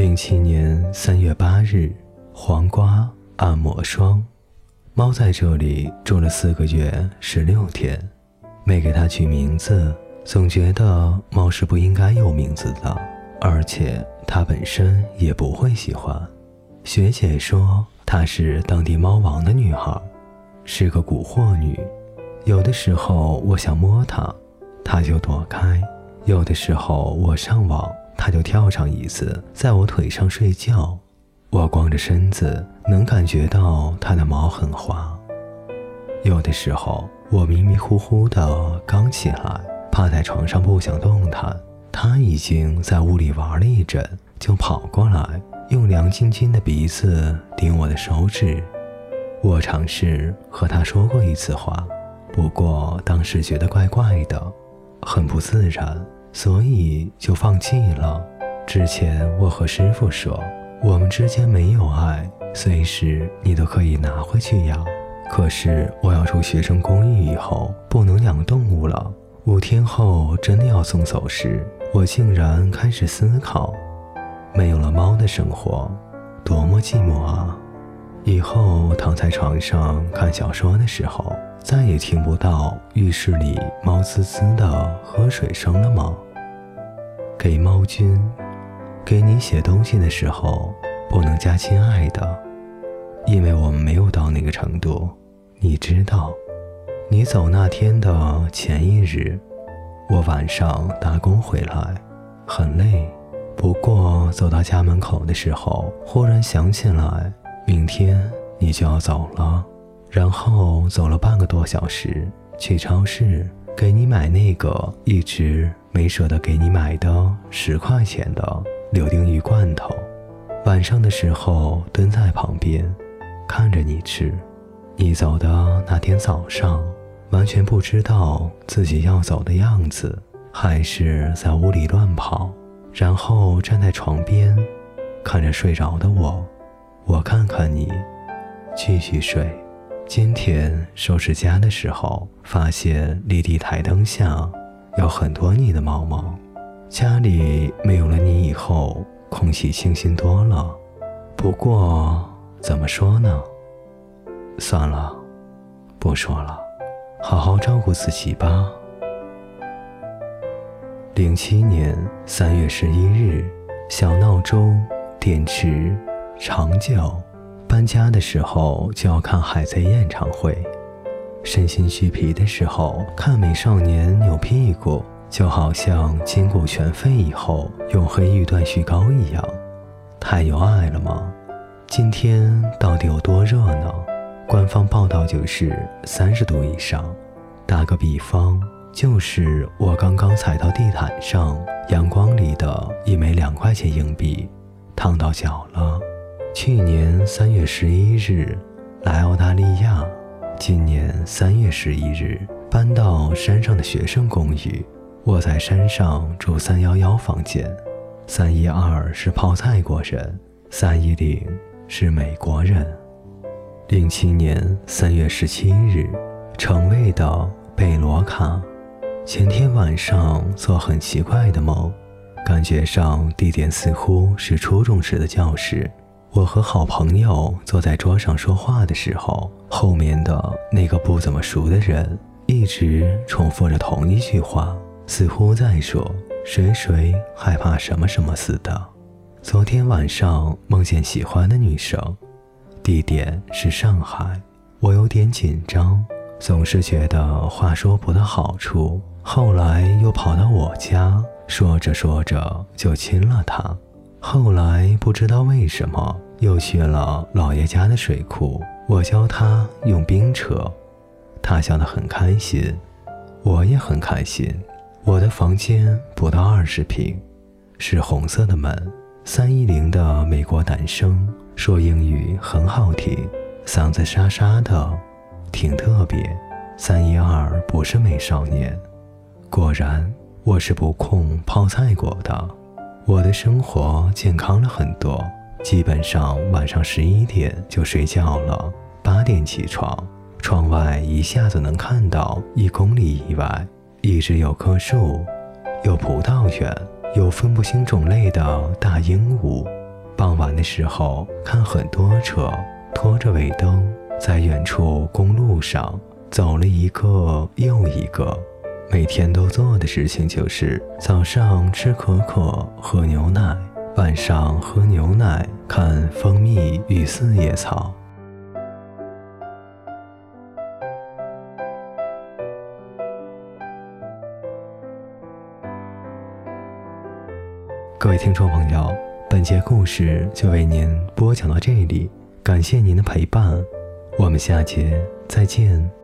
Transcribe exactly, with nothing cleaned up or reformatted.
零七年三月八日，黄瓜按摩霜。猫在这里住了四个月十六天，没给它取名字，总觉得猫是不应该有名字的，而且它本身也不会喜欢。学姐说她是当地猫王的女孩，是个蛊惑女，有的时候我想摸她，她就躲开，有的时候我上网，它就跳上椅子，在我腿上睡觉。我光着身子，能感觉到它的毛很滑。有的时候，我迷迷糊糊的刚起来，趴在床上不想动弹，它已经在屋里玩了一阵，就跑过来，用凉津津的鼻子顶我的手指。我尝试和它说过一次话，不过当时觉得怪怪的，很不自然，所以就放弃了。之前我和师傅说，我们之间没有爱，随时你都可以拿回去养。可是我要住学生公寓以后，不能养动物了。五天后真的要送走时，我竟然开始思考，没有了猫的生活，多么寂寞啊！以后躺在床上看小说的时候，再也听不到浴室里猫滋滋的喝水声了吗？给猫君，给你写东西的时候不能加亲爱的，因为我们没有到那个程度。你知道，你走那天的前一日，我晚上打工回来，很累，不过走到家门口的时候，忽然想起来明天你就要走了，然后走了半个多小时，去超市给你买那个一直没舍得给你买的十块钱的柳丁鱼罐头。晚上的时候蹲在旁边看着你吃。你走的那天早上，完全不知道自己要走的样子，还是在屋里乱跑，然后站在床边看着睡着的我。我看看你，继续睡。今天收拾家的时候，发现立地台灯下有很多你的毛毛。家里没有了你以后，空气清新多了。不过怎么说呢，算了，不说了，好好照顾自己吧。零七年三月十一日，小闹钟、电池、长脚。搬家的时候就要看海贼演唱会，身心俱疲的时候看美少年扭屁股，就好像筋骨全废以后用黑玉断续膏一样。太有爱了吗？今天到底有多热呢？官方报道就是三十度以上。打个比方，就是我刚刚踩到地毯上阳光里的一枚两块钱硬币，烫到脚了。去年三月十一日来澳大利亚，今年三月十一日搬到山上的学生公寓。我在山上住三一一房间，三一二是泡菜国人，三一零是美国人。零七年三月十七日，城卫的贝罗卡。前天晚上做很奇怪的梦，感觉上地点似乎是初中时的教室。我和好朋友坐在桌上说话的时候，后面的那个不怎么熟的人一直重复着同一句话，似乎在说谁谁害怕什么什么似的。昨天晚上梦见喜欢的女生，地点是上海。我有点紧张，总是觉得话说不到好处，后来又跑到我家，说着说着就亲了她。后来不知道为什么又去了姥爷家的水库，我教他用冰车，他笑得很开心，我也很开心。我的房间不到二十平，是红色的门。三一零的美国男生，说英语很好听，嗓子沙沙的，挺特别。三一二不是美少年。果然，我是不控泡菜国的。我的生活健康了很多，基本上晚上十一点就睡觉了，八点起床，窗外一下子能看到一公里以外一直有棵树，有葡萄园，有分不清种类的大鹦鹉， 傍晚的时候，看很多车拖着尾灯在远处公路上走了一个又一个。每天都做的事情就是早上吃可可喝牛奶，晚上喝牛奶看蜂蜜与四叶草。各位听众朋友，本节故事就为您播讲到这里，感谢您的陪伴，我们下节再见。